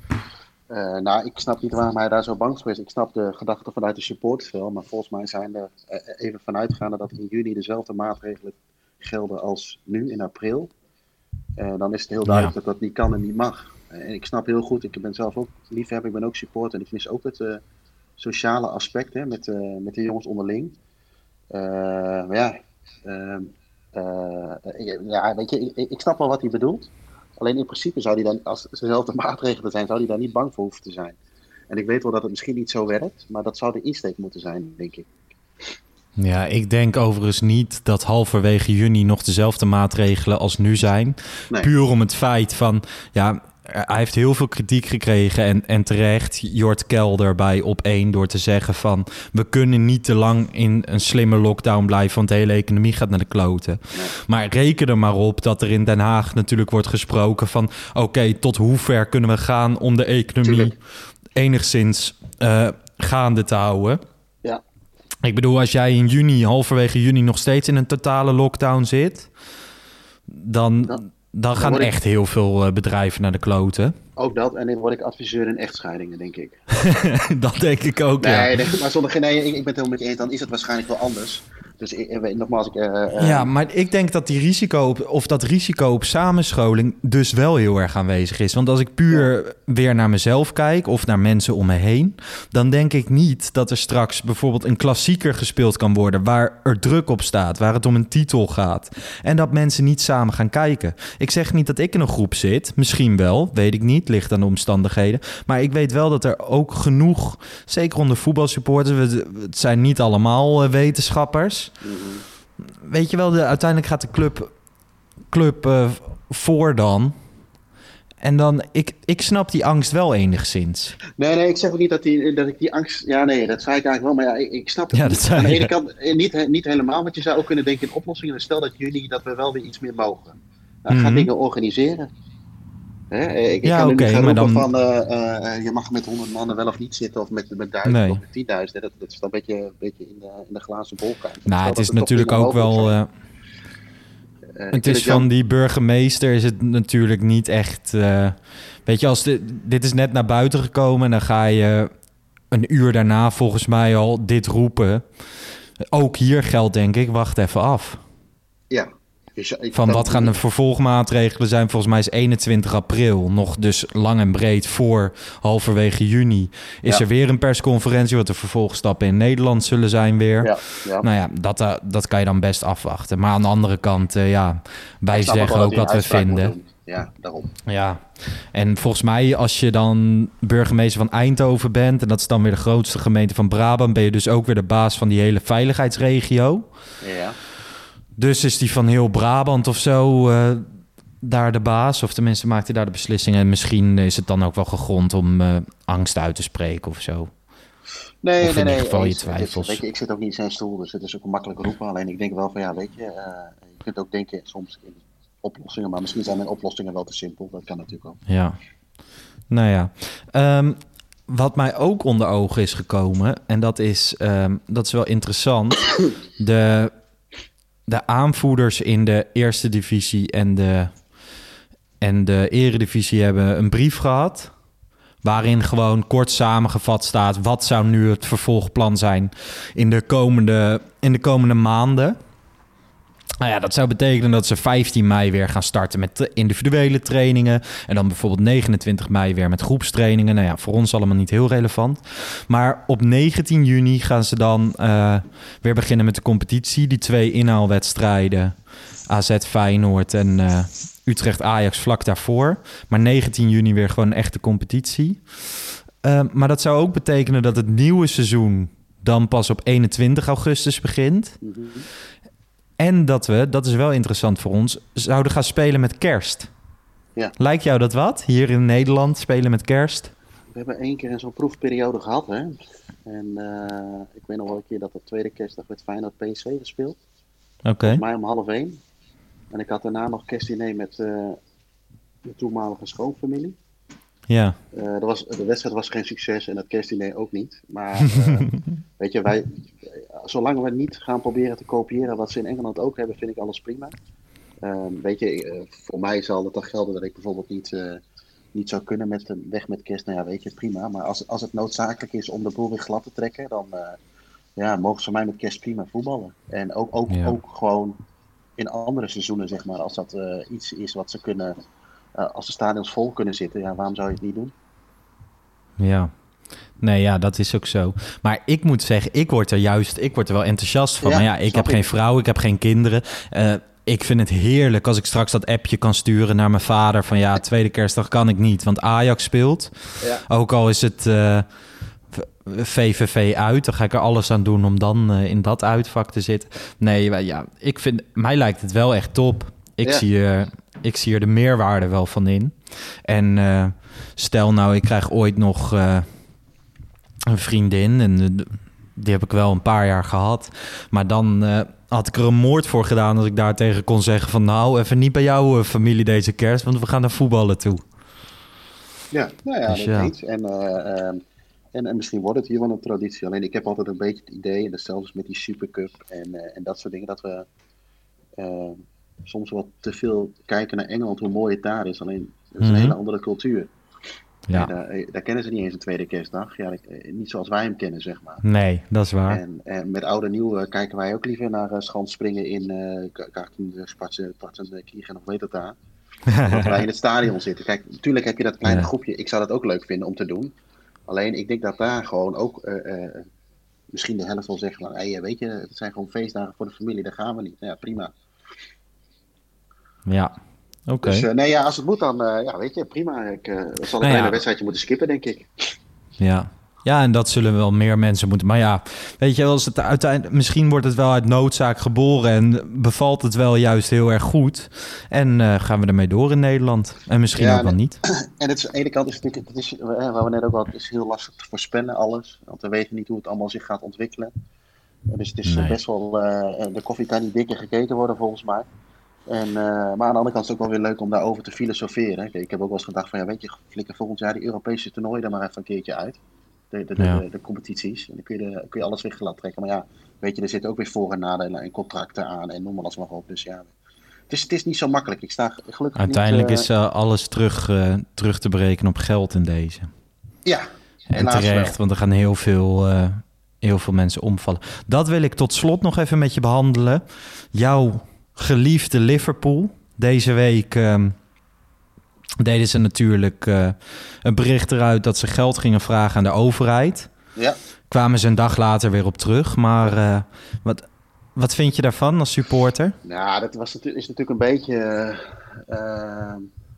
Uh, nou, ik snap niet waarom hij daar zo bang voor is. Ik snap de gedachte vanuit de supporters wel. Maar volgens mij zijn er uh, even vanuitgaande dat in juni dezelfde maatregelen gelden als nu in april. Uh, dan is het heel duidelijk ja. dat dat niet kan en niet mag. Uh, en ik snap heel goed, ik ben zelf ook liefhebber, ik ben ook supporter. En ik mis ook het uh, sociale aspect hè, met, uh, met de jongens onderling. Uh, maar ja, uh, uh, ja, weet je, ik, ik snap wel wat hij bedoelt. Alleen in principe zou hij dan, als het dezelfde maatregelen zijn, zou hij daar niet bang voor hoeven te zijn. En ik weet wel dat het misschien niet zo werkt, maar dat zou de insteek moeten zijn, denk ik. Ja, ik denk overigens niet dat halverwege juni nog dezelfde maatregelen als nu zijn. Nee. Puur om het feit van, ja, hij heeft heel veel kritiek gekregen en, en terecht. Jort Kelder bij Op één door te zeggen van, we kunnen niet te lang in een slimme lockdown blijven, want de hele economie gaat naar de kloten. Nee. Maar reken er maar op dat er in Den Haag natuurlijk wordt gesproken van, oké, okay, tot hoe ver kunnen we gaan om de economie Tuurlijk. enigszins uh, gaande te houden. Ja. Ik bedoel, als jij in juni, halverwege juni nog steeds in een totale lockdown zit, dan, ja. dan gaan dan echt ik... heel veel bedrijven naar de kloten. Ook dat, en dan word ik adviseur in echtscheidingen, denk ik. Dat denk ik ook, nee, ja. Nee, maar zonder, nee, ik, ik ben het helemaal met je eens, dan is het waarschijnlijk wel anders. Dus ik, nogmaals, ik... Uh, uh... Ja, maar ik denk dat die risico op, of dat risico op samenscholing dus wel heel erg aanwezig is. Want als ik puur ja. weer naar mezelf kijk of naar mensen om me heen, dan denk ik niet dat er straks bijvoorbeeld een klassieker gespeeld kan worden waar er druk op staat, waar het om een titel gaat. En dat mensen niet samen gaan kijken. Ik zeg niet dat ik in een groep zit. Misschien wel, weet ik niet. Ligt aan de omstandigheden. Maar ik weet wel dat er ook genoeg, zeker onder voetbalsupporters, het zijn niet allemaal wetenschappers. Mm-hmm. Weet je wel, de, uiteindelijk gaat de club, club uh, voor dan. En dan, ik, ik snap die angst wel enigszins. Nee, nee, ik zeg ook niet dat, die, dat ik die angst... Ja, nee, dat zei ik eigenlijk wel. Maar ja, ik, ik snap het ja, niet. Aan de ene kant niet, niet helemaal. Want je zou ook kunnen denken in oplossingen. Stel dat juni dat we wel weer iets meer mogen. Nou, ga mm-hmm. dingen organiseren. Hè? Ik, ja, ik kan oké. okay, maar dan... van, uh, uh, je mag met honderd mannen wel of niet zitten. Of met, met duizend nee. of met tienduizend. Dat, dat is dan een beetje, een beetje in, de, in de glazen bol kijken. Nou, Stel het is natuurlijk ook wel... Uh, uh, het is van die burgemeester is het natuurlijk niet echt... Uh, weet je, als de, dit is net naar buiten gekomen... en dan ga je een uur daarna volgens mij al dit roepen. Ook hier geldt denk ik, wacht even af. Ja. Van wat gaan de vervolgmaatregelen zijn? Volgens mij is eenentwintig april, nog dus lang en breed voor halverwege juni... is ja. er weer een persconferentie, wat de vervolgstappen in Nederland zullen zijn weer. Ja, ja. Nou ja, dat, uh, dat kan je dan best afwachten. Maar aan de andere kant, uh, ja, wij zeggen ook wat we vinden. Ja, daarom. Ja, en volgens mij als je dan burgemeester van Eindhoven bent... en dat is dan weer de grootste gemeente van Brabant... ben je dus ook weer de baas van die hele veiligheidsregio. Ja. Dus is die van heel Brabant of zo uh, daar de baas? Of tenminste maakt hij daar de beslissingen... en misschien is het dan ook wel gegrond om uh, angst uit te spreken of zo. Nee, of nee, in nee. ieder geval nee, je twijfels. Weet je, ik zit ook niet in zijn stoel, dus het is ook een makkelijk roepen. Alleen ik denk wel van ja, weet je... Uh, je kunt ook denken soms in oplossingen... maar misschien zijn mijn oplossingen wel te simpel. Dat kan natuurlijk ook. Ja. Nou ja... Um, wat mij ook onder ogen is gekomen... en dat is, um, dat is wel interessant... de... De aanvoerders in de eerste divisie en de, en de eredivisie hebben een brief gehad... waarin gewoon kort samengevat staat... wat zou nu het vervolgplan zijn in de komende, in de komende maanden. Nou ja, dat zou betekenen dat ze vijftien mei weer gaan starten met individuele trainingen... en dan bijvoorbeeld negenentwintig mei weer met groepstrainingen. Nou ja, voor ons allemaal niet heel relevant. Maar op negentien juni gaan ze dan uh, weer beginnen met de competitie. Die twee inhaalwedstrijden, A Z Feyenoord en uh, Utrecht-Ajax vlak daarvoor. Maar negentien juni weer gewoon een echte competitie. Uh, maar dat zou ook betekenen dat het nieuwe seizoen... dan pas op eenentwintig augustus begint... Mm-hmm. En dat we, dat is wel interessant voor ons, zouden gaan spelen met kerst. Ja. Lijkt jou dat wat? Hier in Nederland spelen met kerst? We hebben één keer in zo'n proefperiode gehad. Hè? En uh, ik weet nog wel een keer dat de tweede kerstdag werd Feyenoord P S V gespeeld. Oké. Okay. Volgens mij om half één. En ik had daarna nog kerstdiner met uh, de toenmalige schoonfamilie. Ja. Uh, dat was, de wedstrijd was geen succes en dat kerstdiner ook niet. Maar uh, weet je, wij, zolang we niet gaan proberen te kopiëren wat ze in Engeland ook hebben, vind ik alles prima. Uh, weet je, uh, voor mij zal het dan gelden dat ik bijvoorbeeld niet, uh, niet zou kunnen met de weg met kerst. Nou ja, weet je, prima. Maar als, als het noodzakelijk is om de boel weer glad te trekken, dan uh, ja, mogen ze mij met kerst prima voetballen. En ook, ook, ja. ook gewoon in andere seizoenen, zeg maar, als dat uh, iets is wat ze kunnen... Uh, als de stadions vol kunnen zitten, ja, waarom zou je het niet doen? Ja, nee, ja, dat is ook zo. Maar ik moet zeggen, ik word er juist, ik word er wel enthousiast van. Ja, maar ja, ik heb ik. geen vrouw, ik heb geen kinderen. Uh, ik vind het heerlijk als ik straks dat appje kan sturen naar mijn vader van ja, tweede kerstdag kan ik niet, want Ajax speelt. Ja. Ook al is het uh, V V V uit, dan ga ik er alles aan doen om dan uh, in dat uitvak te zitten. Nee, ja, ik vind, mij lijkt het wel echt top. Ik ja. zie uh, Ik zie er de meerwaarde wel van in. En uh, stel nou, ik krijg ooit nog uh, een vriendin. En uh, die heb ik wel een paar jaar gehad. Maar dan uh, had ik er een moord voor gedaan... als ik daar tegen kon zeggen van... nou, even niet bij jouw uh, familie deze kerst... want we gaan naar voetballen toe. Ja, nou ja, dus dat ja. Niet. En, uh, uh, en, en misschien wordt het hier wel een traditie. Alleen ik heb altijd een beetje het idee... en hetzelfde met die Supercup en, uh, en dat soort dingen... dat we... Uh, soms wat te veel kijken naar Engeland, hoe mooi het daar is. Alleen, het is een mm-hmm. hele andere cultuur. Ja. Daar, daar kennen ze niet eens een tweede kerstdag. Ja, niet zoals wij hem kennen, zeg maar. Nee, dat is waar. En, en met oud en nieuw uh, kijken wij ook liever naar uh, schanspringen in uh, Spartsen, Kriegen of weet het daar. Dat wij in het stadion zitten. Kijk, natuurlijk heb je dat kleine ja. groepje. Ik zou dat ook leuk vinden om te doen. Alleen, ik denk dat daar gewoon ook... Uh, uh, misschien de helft wel zeggen van... Hey, weet je, het zijn gewoon feestdagen voor de familie. Daar gaan we niet. Nou ja, prima. Ja, oké. Okay. Dus uh, nee, ja, als het moet dan, uh, ja, weet je, prima. Ik uh, zal een ja, kleine ja. wedstrijdje moeten skippen, denk ik. Ja, Ja, en dat zullen wel meer mensen moeten. Maar ja, weet je, als het uiteindelijk, misschien wordt het wel uit noodzaak geboren en bevalt het wel juist heel erg goed. En uh, gaan we ermee door in Nederland. En misschien ja, ook wel niet. En het is, aan de ene kant is het natuurlijk, het is, waar we net ook al, het is heel lastig te voorspellen alles. Want we weten niet hoe het allemaal zich gaat ontwikkelen. Dus het is nee. best wel, uh, de koffie kan niet dikker gegeten worden volgens mij. En, uh, maar aan de andere kant is het ook wel weer leuk om daarover te filosoferen. Kijk, ik heb ook wel eens gedacht van, ja weet je, flikker volgend jaar die Europese toernooien er maar even een keertje uit. De, de, de, ja. de, de competities. En dan kun je, de, kun je alles weer glad trekken. Maar ja, weet je, er zitten ook weer voor- en nadelen en contracten aan en noem maar alles maar op. Dus ja, het is, het is niet zo makkelijk. Ik sta gelukkig Uiteindelijk niet, uh... is uh, alles terug, uh, terug te berekenen op geld in deze. Ja, en terecht, wel. Want er gaan heel veel, uh, heel veel mensen omvallen. Dat wil ik tot slot nog even met je behandelen. Jouw geliefde Liverpool. Deze week... Um, deden ze natuurlijk uh, een bericht eruit dat ze geld gingen vragen aan de overheid. Ja. Kwamen ze een dag later weer op terug. Maar uh, wat, wat vind je daarvan als supporter? Nou, dat was, is natuurlijk een beetje uh, uh,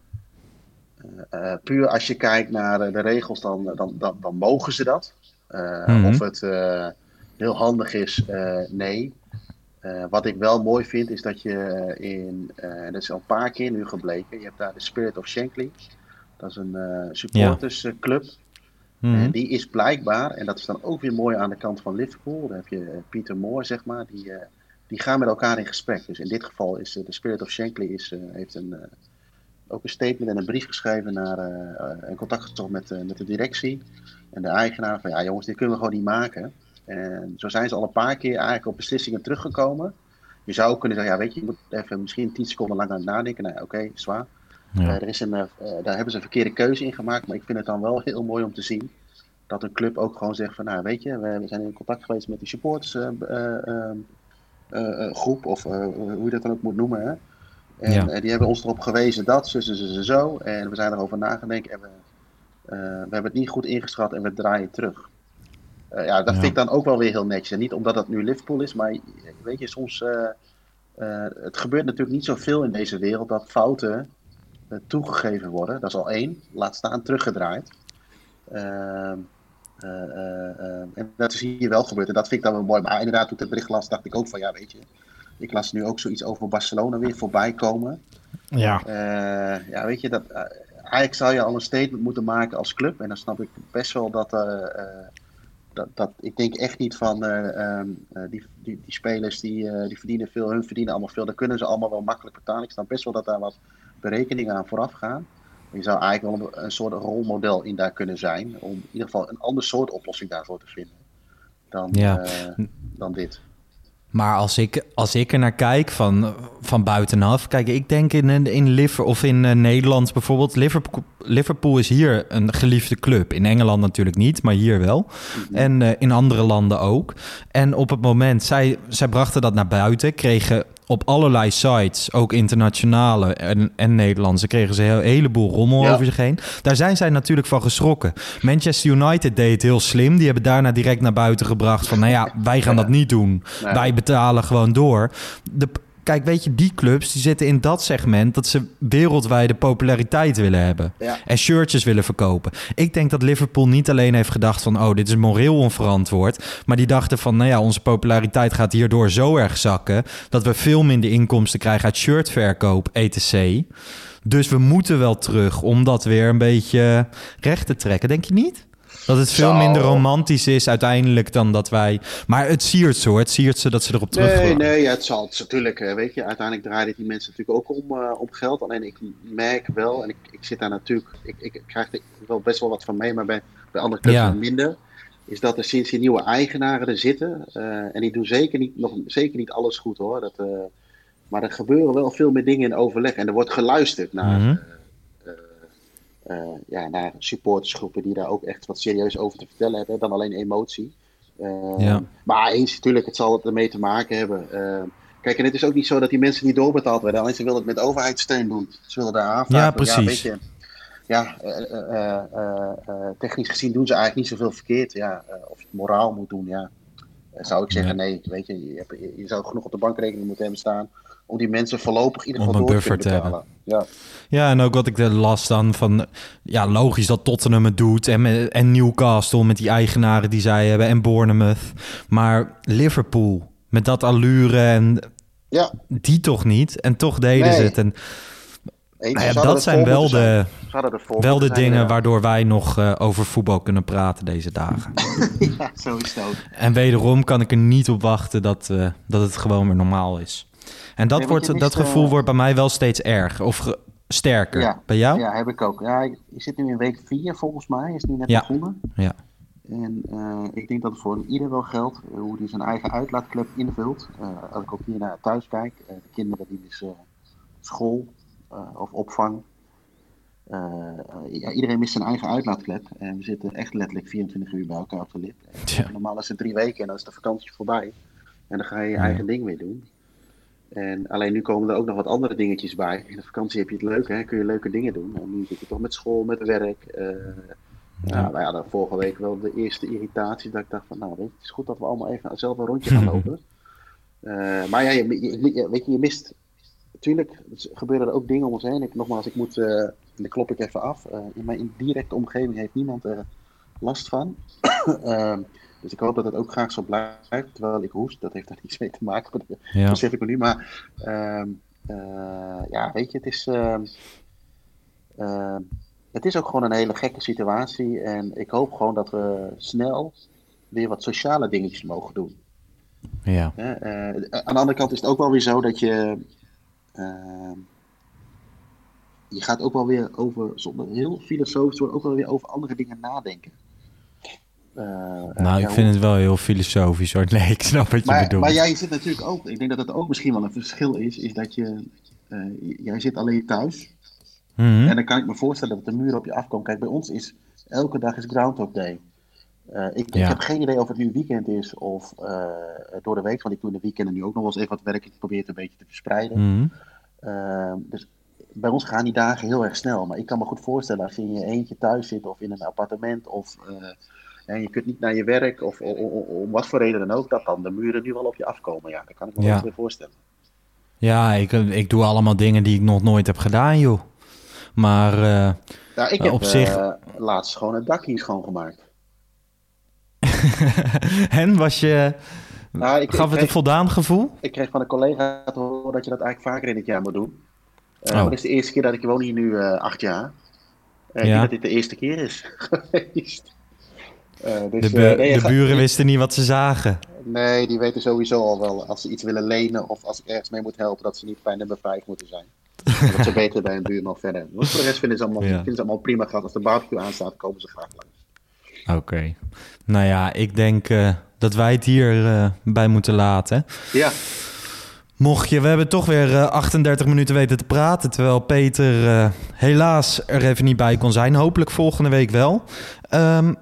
uh, puur als je kijkt naar de regels, dan, dan, dan, dan mogen ze dat. Uh, mm-hmm. Of het uh, heel handig is, uh, nee. Uh, wat ik wel mooi vind is dat je in, uh, dat is al een paar keer nu gebleken, je hebt daar de Spirit of Shankly, dat is een uh, supportersclub. Ja. Mm-hmm. En die is blijkbaar, en dat is dan ook weer mooi aan de kant van Liverpool, daar heb je uh, Peter Moore, zeg maar, die, uh, die gaan met elkaar in gesprek. Dus in dit geval is uh, de Spirit of Shankly is, uh, heeft een, uh, ook een statement en een brief geschreven naar, uh, uh, in contact gezocht met, uh, met de directie en de eigenaar van, ja jongens, dit kunnen we gewoon niet maken. En zo zijn ze al een paar keer eigenlijk op beslissingen teruggekomen. Je zou ook kunnen zeggen, ja weet je, je moet even misschien tien seconden lang aan het nadenken. Nou, oké, okay, zwaar. Ja. Uh, er is een, uh, daar hebben ze een verkeerde keuze in gemaakt. Maar ik vind het dan wel heel mooi om te zien dat een club ook gewoon zegt van, nou weet je, we, we zijn in contact geweest met die supportersgroep. Uh, uh, uh, uh, of uh, hoe je dat dan ook moet noemen. Hè? En ja. uh, die hebben ons erop gewezen dat, zo, zo, zo, zo. En we zijn erover nagedacht en we, uh, we hebben het niet goed ingeschat en we draaien terug. Uh, ja, dat ja. vind ik dan ook wel weer heel netjes. En niet omdat het nu Liverpool is, maar weet je, soms... Uh, uh, het gebeurt natuurlijk niet zoveel in deze wereld dat fouten uh, toegegeven worden. Dat is al één. Laat staan, teruggedraaid. Uh, uh, uh, uh, en dat is hier wel gebeurd. En dat vind ik dan wel mooi. Maar inderdaad, toen ik het bericht las, dacht ik ook van... Ja, weet je, ik las nu ook zoiets over Barcelona weer voorbij komen. Ja. Uh, ja, weet je, dat... Uh, eigenlijk zou je al een statement moeten maken als club. En dan snap ik best wel dat... Uh, uh, Dat, dat, ik denk echt niet van uh, um, uh, die, die, die spelers die, uh, die verdienen veel, hun verdienen allemaal veel. Dan kunnen ze allemaal wel makkelijk betalen. Ik snap best wel dat daar wat berekeningen aan vooraf gaan. Je zou eigenlijk wel een, een soort rolmodel in daar kunnen zijn. Om in ieder geval een ander soort oplossing daarvoor te vinden dan, ja. uh, dan dit. Maar als ik, als ik er naar kijk van, van buitenaf... Kijk, ik denk in, in Liverpool of in uh, Nederland bijvoorbeeld... Liverpool, Liverpool is hier een geliefde club. In Engeland natuurlijk niet, maar hier wel. Mm-hmm. En uh, in andere landen ook. En op het moment, zij, zij brachten dat naar buiten... kregen op allerlei sites, ook internationale en, en Nederlandse... kregen ze een heleboel rommel ja. over zich heen. Daar zijn zij natuurlijk van geschrokken. Manchester United deed het heel slim. Die hebben daarna direct naar buiten gebracht van... nou ja, wij gaan ja. dat niet doen. Nee. Wij betalen gewoon door. De, kijk, weet je, die clubs die zitten in dat segment... dat ze wereldwijde populariteit willen hebben. Ja. En shirtjes willen verkopen. Ik denk dat Liverpool niet alleen heeft gedacht van... oh, dit is moreel onverantwoord. Maar die dachten van, nou ja, onze populariteit gaat hierdoor zo erg zakken... dat we veel minder inkomsten krijgen uit shirtverkoop, et cetera. Dus we moeten wel terug om dat weer een beetje recht te trekken. Denk je niet? Dat het veel Zo. minder romantisch is uiteindelijk dan dat wij... Maar het siert zo, het siert ze dat ze erop terug Nee, nee, ja, het zal het is natuurlijk, weet je, uiteindelijk draaien die mensen natuurlijk ook om, uh, om geld. Alleen ik merk wel, en ik, ik zit daar natuurlijk, ik, ik krijg er wel best wel wat van mee, maar bij, bij andere clubs ja. minder. Is dat er sinds die nieuwe eigenaren er zitten, uh, en die doen zeker niet, nog, zeker niet alles goed hoor. Dat, uh, maar er gebeuren wel veel meer dingen in overleg en er wordt geluisterd naar... Mm-hmm. Uh, ja, naar supportersgroepen die daar ook echt wat serieus over te vertellen hebben dan alleen emotie. Uh, ja. Maar eens, natuurlijk, het zal het ermee te maken hebben. Uh, kijk, en het is ook niet zo dat die mensen niet doorbetaald werden. Alleen ze willen het met overheidssteun doen. Ze willen daar aanvragen. Ja, precies. Ja, weet je, ja uh, uh, uh, uh, technisch gezien doen ze eigenlijk niet zoveel verkeerd. Ja, uh, of je het moraal moet doen, ja. zou ik zeggen, nee, weet je, je, hebt, je zou genoeg op de bankrekening moeten hebben staan om die mensen voorlopig in ieder geval door te kunnen betalen. Ja. ja, en ook wat ik er las dan van, ja, logisch dat Tottenham het doet en, en Newcastle met die eigenaren die zij hebben en Bournemouth. Maar Liverpool met dat allure en ja. die toch niet en toch deden nee. ze het. En Hey, nou ja, dat zijn wel de, zijn. wel de zijn, dingen ja. waardoor wij nog uh, over voetbal kunnen praten deze dagen. ja, zo is het ook. En wederom kan ik er niet op wachten dat, uh, dat het gewoon weer normaal is. En dat, nee, wordt, mist, dat gevoel uh... wordt bij mij wel steeds erger of ge- sterker. Ja, bij jou? Ja, heb ik ook. Ja, ik, je zit nu in week vier volgens mij. Is nu net ja. begonnen. Ja. En uh, ik denk dat het voor ieder wel geldt uh, hoe hij zijn eigen uitlaatklep invult. Uh, als ik ook hier naar thuis kijk, uh, de kinderen die dus uh, school uh, of opvang. Uh, uh, ja, iedereen mist zijn eigen uitlaatklep. En we zitten echt letterlijk vierentwintig uur bij elkaar op de lip. Ja. Normaal is het drie weken en dan is de vakantie voorbij. En dan ga je je ja. eigen ding weer doen. En alleen nu komen er ook nog wat andere dingetjes bij. In de vakantie heb je het leuk, hè? Kun je leuke dingen doen. En nu zit je toch met school, met werk. Uh, ja. Nou, nou ja, dan vorige week wel de eerste irritatie dat ik dacht van, nou weet je, het is goed dat we allemaal even zelf een rondje gaan lopen. Uh, maar ja, je, je, je, weet je, je mist, natuurlijk gebeuren er ook dingen om ons heen. Ik, nogmaals, ik moet, uh, dan klop ik even af. Uh, in mijn directe omgeving heeft niemand er last van. uh, Dus ik hoop dat het ook graag zo blijft, terwijl ik hoest. Dat heeft daar niets mee te maken, dat ja. besef ik me nu. Maar uh, uh, ja, weet je, het is, uh, uh, het is ook gewoon een hele gekke situatie. En ik hoop gewoon dat we snel weer wat sociale dingetjes mogen doen. Ja. Uh, uh, aan de andere kant is het ook wel weer zo dat je... Uh, je gaat ook wel weer over, zonder heel filosofisch worden, ook wel weer over andere dingen nadenken. Uh, nou, uh, ik vind het wel heel filosofisch hoor. Nee, ik snap wat je maar, bedoelt. Maar jij zit natuurlijk ook, ik denk dat het ook misschien wel een verschil is, is dat je, uh, jij zit alleen thuis. Mm-hmm. En dan kan ik me voorstellen dat de muur op je afkomt. Kijk, bij ons is, elke dag is Groundhog Day. Uh, ik, ja. ik heb geen idee of het nu weekend is of uh, door de week, want ik doe in de weekenden nu ook nog wel eens even wat werk. Ik probeer het een beetje te verspreiden. Mm-hmm. Uh, dus bij ons gaan die dagen heel erg snel. Maar ik kan me goed voorstellen als je in je eentje thuis zit of in een appartement of... Uh, En je kunt niet naar je werk of om, om, om wat voor reden dan ook, dat dan de muren nu wel op je afkomen. Ja, dat kan ik me ja. wel weer voorstellen. Ja, ik, ik doe allemaal dingen die ik nog nooit heb gedaan, joh. Maar uh, ja, ik heb op zich... uh, laatst gewoon het dak hier schoongemaakt. En was je... Nou, ik, Gaf ik het kreeg, een voldaan gevoel? Ik kreeg van een collega te horen dat je dat eigenlijk vaker in het jaar moet doen. Uh, oh. Dat is de eerste keer dat ik woon hier nu uh, acht jaar. En ik ja. denk dat dit de eerste keer is geweest. Uh, dus, de, bu- uh, nee, de buren gaat, wisten niet wat ze zagen. Nee, die weten sowieso al wel als ze iets willen lenen of als ik ergens mee moet helpen, dat ze niet bij nummer vijf moeten zijn. Dat ze beter bij een buurman verder. Want voor de rest vinden ze allemaal, ja. vinden ze allemaal prima gehad. Als de barbecue aanstaat, komen ze graag langs. Oké. Okay. Nou ja, ik denk uh, dat wij het hier uh, bij moeten laten. Ja. Mocht je, we hebben toch weer uh, achtendertig minuten weten te praten, terwijl Peter uh, helaas er even niet bij kon zijn. Hopelijk volgende week wel. Um,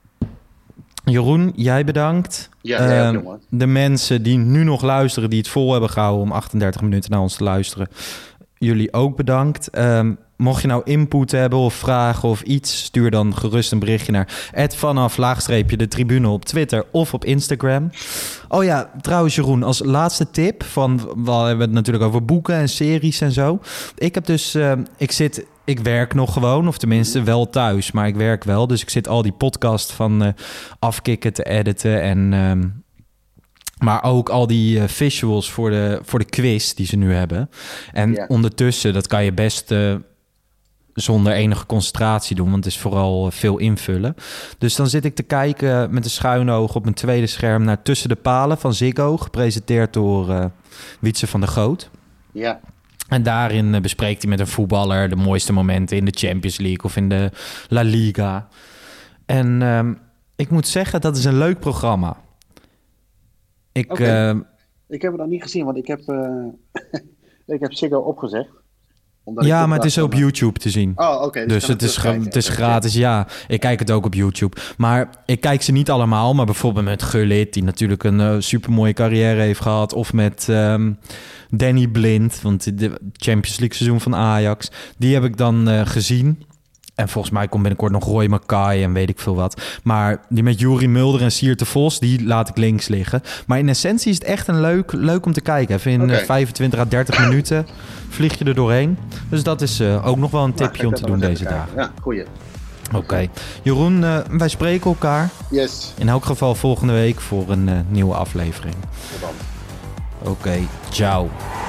Jeroen, jij bedankt. Ja, jij ook, jongen. De mensen die nu nog luisteren, die het vol hebben gehouden om achtendertig minuten naar ons te luisteren. Jullie ook bedankt. Um, mocht je nou input hebben of vragen of iets, stuur dan gerust een berichtje naar het vanaf laagstreepje de tribune op Twitter of op Instagram. Oh ja, trouwens Jeroen, als laatste tip, van, we hebben het natuurlijk over boeken en series en zo. Ik heb dus, uh, ik zit... Ik werk nog gewoon, of tenminste wel thuis, maar ik werk wel. Dus ik zit al die podcast van uh, afkicken te editen. En, um, maar ook al die uh, visuals voor de, voor de quiz die ze nu hebben. En ja. ondertussen, dat kan je best uh, zonder enige concentratie doen, want het is vooral uh, veel invullen. Dus dan zit ik te kijken met een schuine oog op mijn tweede scherm naar Tussen de Palen van Ziggo, gepresenteerd door uh, Wietse van der Goot. Ja. En daarin bespreekt hij met een voetballer de mooiste momenten in de Champions League of in de La Liga. En um, ik moet zeggen, dat is een leuk programma. Ik, okay. uh, ik heb het nog niet gezien, want ik heb, uh, ik heb Ziggo opgezegd. Ja, maar het is op YouTube te zien. Oh, oké. Okay, dus dus het is, ge- het is gratis, ja. Ik kijk het ook op YouTube. Maar ik kijk ze niet allemaal. Maar bijvoorbeeld met Gullit, die natuurlijk een uh, supermooie carrière heeft gehad. Of met um, Danny Blind, want de Champions League seizoen van Ajax. Die heb ik dan uh, gezien. En volgens mij komt binnenkort nog Roy Mackay en weet ik veel wat. Maar die met Juri Mulder en Siert de Vos, die laat ik links liggen. Maar in essentie is het echt een leuk, leuk om te kijken. Even in okay. vijfentwintig à dertig minuten vlieg je er doorheen. Dus dat is uh, ook nog wel een tipje ja, om te doen deze dagen. Ja, goeie. Oké. Okay. Jeroen, uh, wij spreken elkaar. Yes. In elk geval volgende week voor een uh, nieuwe aflevering. Oké, okay. Ciao.